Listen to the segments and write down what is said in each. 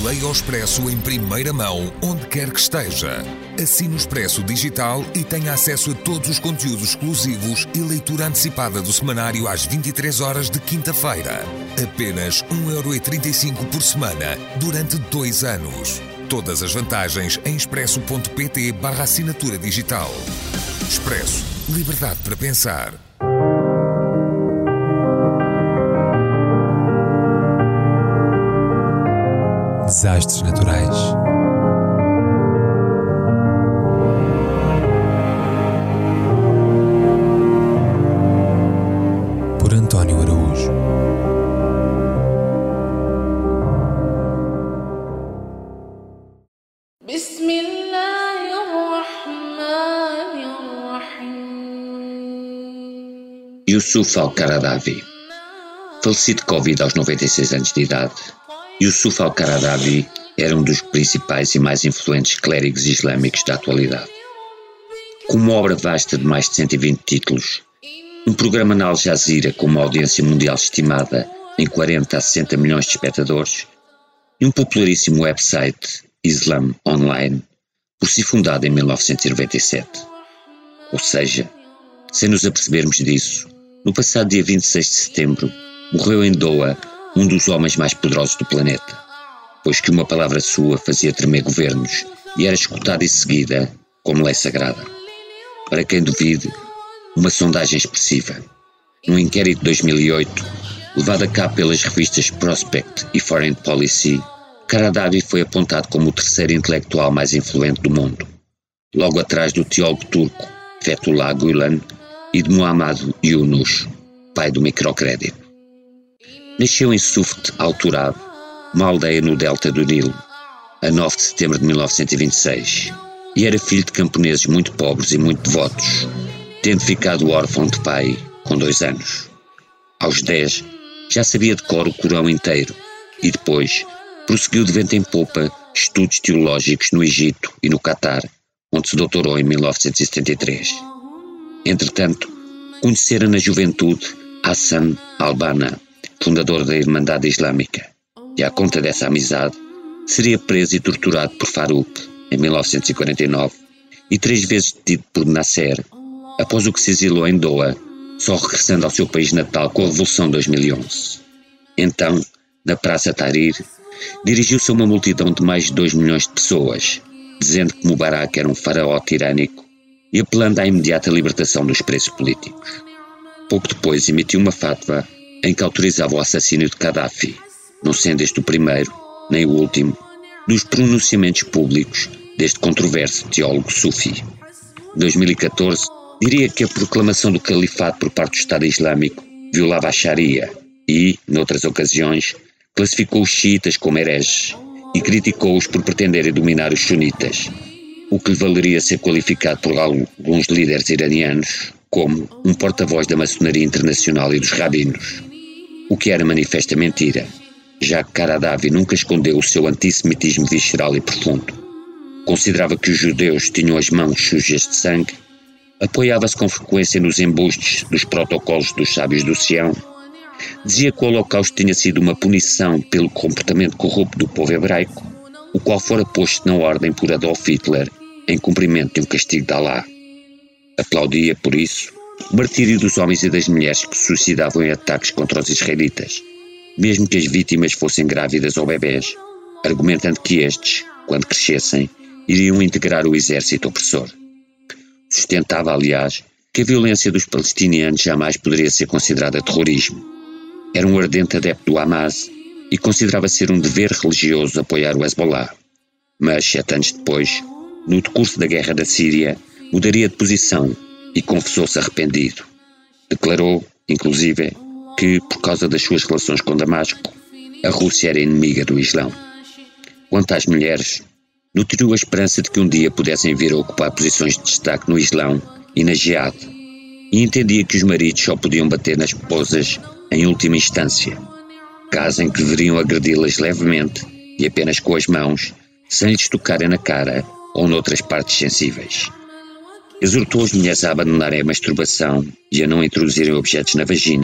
Leia o Expresso em primeira mão, onde quer que esteja. Assine o Expresso Digital e tenha acesso a todos os conteúdos exclusivos e leitura antecipada do semanário às 23 horas de quinta-feira. Apenas 1,35€ por semana, durante 2 anos. Todas as vantagens em expresso.pt/assinatura digital. Expresso. Liberdade para pensar. Desastres naturais. Por António Araújo. Yusuf Al-Qaradawi, falecido de Covid aos 96 anos de idade. Yusuf Al-Qaradawi era um dos principais e mais influentes clérigos islâmicos da atualidade. Com uma obra vasta de mais de 120 títulos, um programa na Al Jazeera com uma audiência mundial estimada em 40 a 60 milhões de espectadores e um popularíssimo website Islam Online, por si fundado em 1997. Ou seja, sem nos apercebermos disso, no passado dia 26 de setembro, morreu em Doha um dos homens mais poderosos do planeta, pois que uma palavra sua fazia tremer governos e era escutada e seguida como lei sagrada. Para quem duvide, uma sondagem expressiva. Num inquérito de 2008, levado a cabo pelas revistas Prospect e Foreign Policy, Qaradawi foi apontado como o terceiro intelectual mais influente do mundo, logo atrás do teólogo turco Fethullah Gulen e de Muhammad Yunus, pai do microcrédito. Nasceu em Suft al-Turab, uma aldeia no delta do Nilo, a 9 de setembro de 1926, e era filho de camponeses muito pobres e muito devotos, tendo ficado órfão de pai com 2 anos. Aos 10, já sabia de cor o Corão inteiro e depois prosseguiu de vento em popa estudos teológicos no Egito e no Catar, onde se doutorou em 1973. Entretanto, conhecera na juventude Hassan al-Banna, fundador da Irmandade Islâmica, e à conta dessa amizade seria preso e torturado por Farouk em 1949 e 3 vezes detido por Nasser, após o que se exilou em Doha, só regressando ao seu país natal com a Revolução de 2011. Então, na Praça Tahrir, dirigiu-se a uma multidão de mais de 2 milhões de pessoas, dizendo que Mubarak era um faraó tirânico e apelando à imediata libertação dos presos políticos. Pouco depois emitiu uma fatwa em que autorizava o assassínio de Gaddafi, não sendo este o primeiro, nem o último, dos pronunciamentos públicos deste controverso teólogo sufi. Em 2014, diria que a proclamação do califato por parte do Estado Islâmico violava a Sharia e, noutras ocasiões, classificou os xiitas como hereges e criticou-os por pretenderem dominar os sunitas, o que lhe valeria ser qualificado por alguns líderes iranianos como um porta-voz da maçonaria internacional e dos rabinos, o que era manifesta mentira, já que Qaradawi nunca escondeu o seu antissemitismo visceral e profundo. Considerava que os judeus tinham as mãos sujas de sangue, apoiava-se com frequência nos embustes dos protocolos dos sábios do Sião, dizia que o Holocausto tinha sido uma punição pelo comportamento corrupto do povo hebraico, o qual fora posto na ordem por Adolf Hitler em cumprimento de um castigo de Alá. Aplaudia, por isso, o martírio dos homens e das mulheres que se suicidavam em ataques contra os israelitas, mesmo que as vítimas fossem grávidas ou bebés, argumentando que estes, quando crescessem, iriam integrar o exército opressor. Sustentava, aliás, que a violência dos palestinianos jamais poderia ser considerada terrorismo. Era um ardente adepto do Hamas e considerava ser um dever religioso apoiar o Hezbollah. Mas, 7 anos depois, no decurso da guerra da Síria, mudaria de posição e confessou-se arrependido. Declarou, inclusive, que, por causa das suas relações com Damasco, a Rússia era inimiga do Islão. Quanto às mulheres, nutriu a esperança de que um dia pudessem vir a ocupar posições de destaque no Islão e na Jihad, e entendia que os maridos só podiam bater nas esposas em última instância, caso em que deveriam agredi-las levemente e apenas com as mãos, sem lhes tocarem na cara ou noutras partes sensíveis. Exortou as mulheres a abandonarem a masturbação e a não introduzirem objetos na vagina,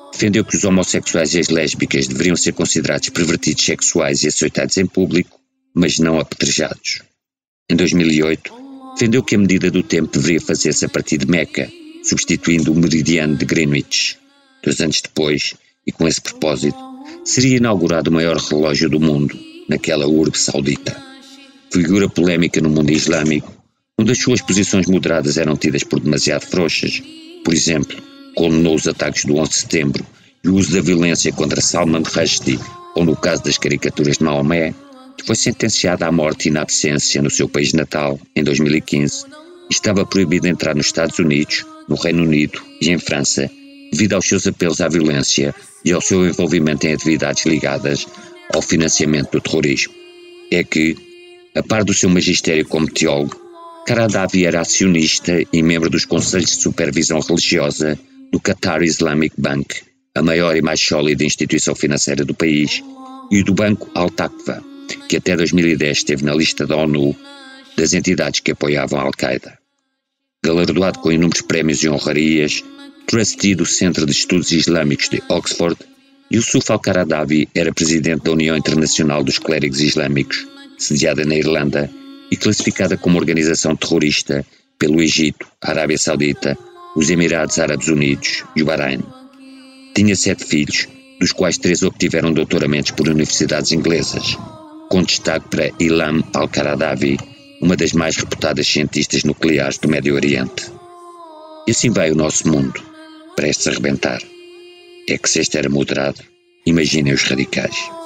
Defendeu que os homossexuais e as lésbicas deveriam ser considerados pervertidos sexuais e açoitados em público, mas não apedrejados. Em 2008, defendeu que a medida do tempo deveria fazer-se a partir de Meca, substituindo o meridiano de Greenwich. 2 anos depois, e com esse propósito, seria inaugurado o maior relógio do mundo, naquela urbe saudita. Figura polémica no mundo islâmico, onde as suas posições moderadas eram tidas por demasiado frouxas. Por exemplo, condenou os ataques do 11 de setembro e o uso da violência contra Salman Rushdie, ou no caso das caricaturas de Maomé, que foi sentenciada à morte in absentia no seu país natal, em 2015, e estava proibido entrar nos Estados Unidos, no Reino Unido e em França, devido aos seus apelos à violência e ao seu envolvimento em atividades ligadas ao financiamento do terrorismo. É que, a par do seu magistério como teólogo, Qaradawi era acionista e membro dos conselhos de supervisão religiosa do Qatar Islamic Bank, a maior e mais sólida instituição financeira do país, e do Banco Al-Taqwa, que até 2010 esteve na lista da ONU das entidades que apoiavam a Al-Qaeda. Galardoado com inúmeros prémios e honrarias, trustee do Centro de Estudos Islâmicos de Oxford, Yusuf al-Qaradawi era presidente da União Internacional dos Clérigos Islâmicos, sediada na Irlanda e classificada como organização terrorista pelo Egito, a Arábia Saudita, os Emirados Árabes Unidos e o Bahrein. Tinha 7 filhos, dos quais 3 obtiveram doutoramentos por universidades inglesas, com destaque para Ilham al-Qaradawi, uma das mais reputadas cientistas nucleares do Médio Oriente. E assim vai o nosso mundo, prestes a rebentar. É que se este era moderado, imaginem os radicais.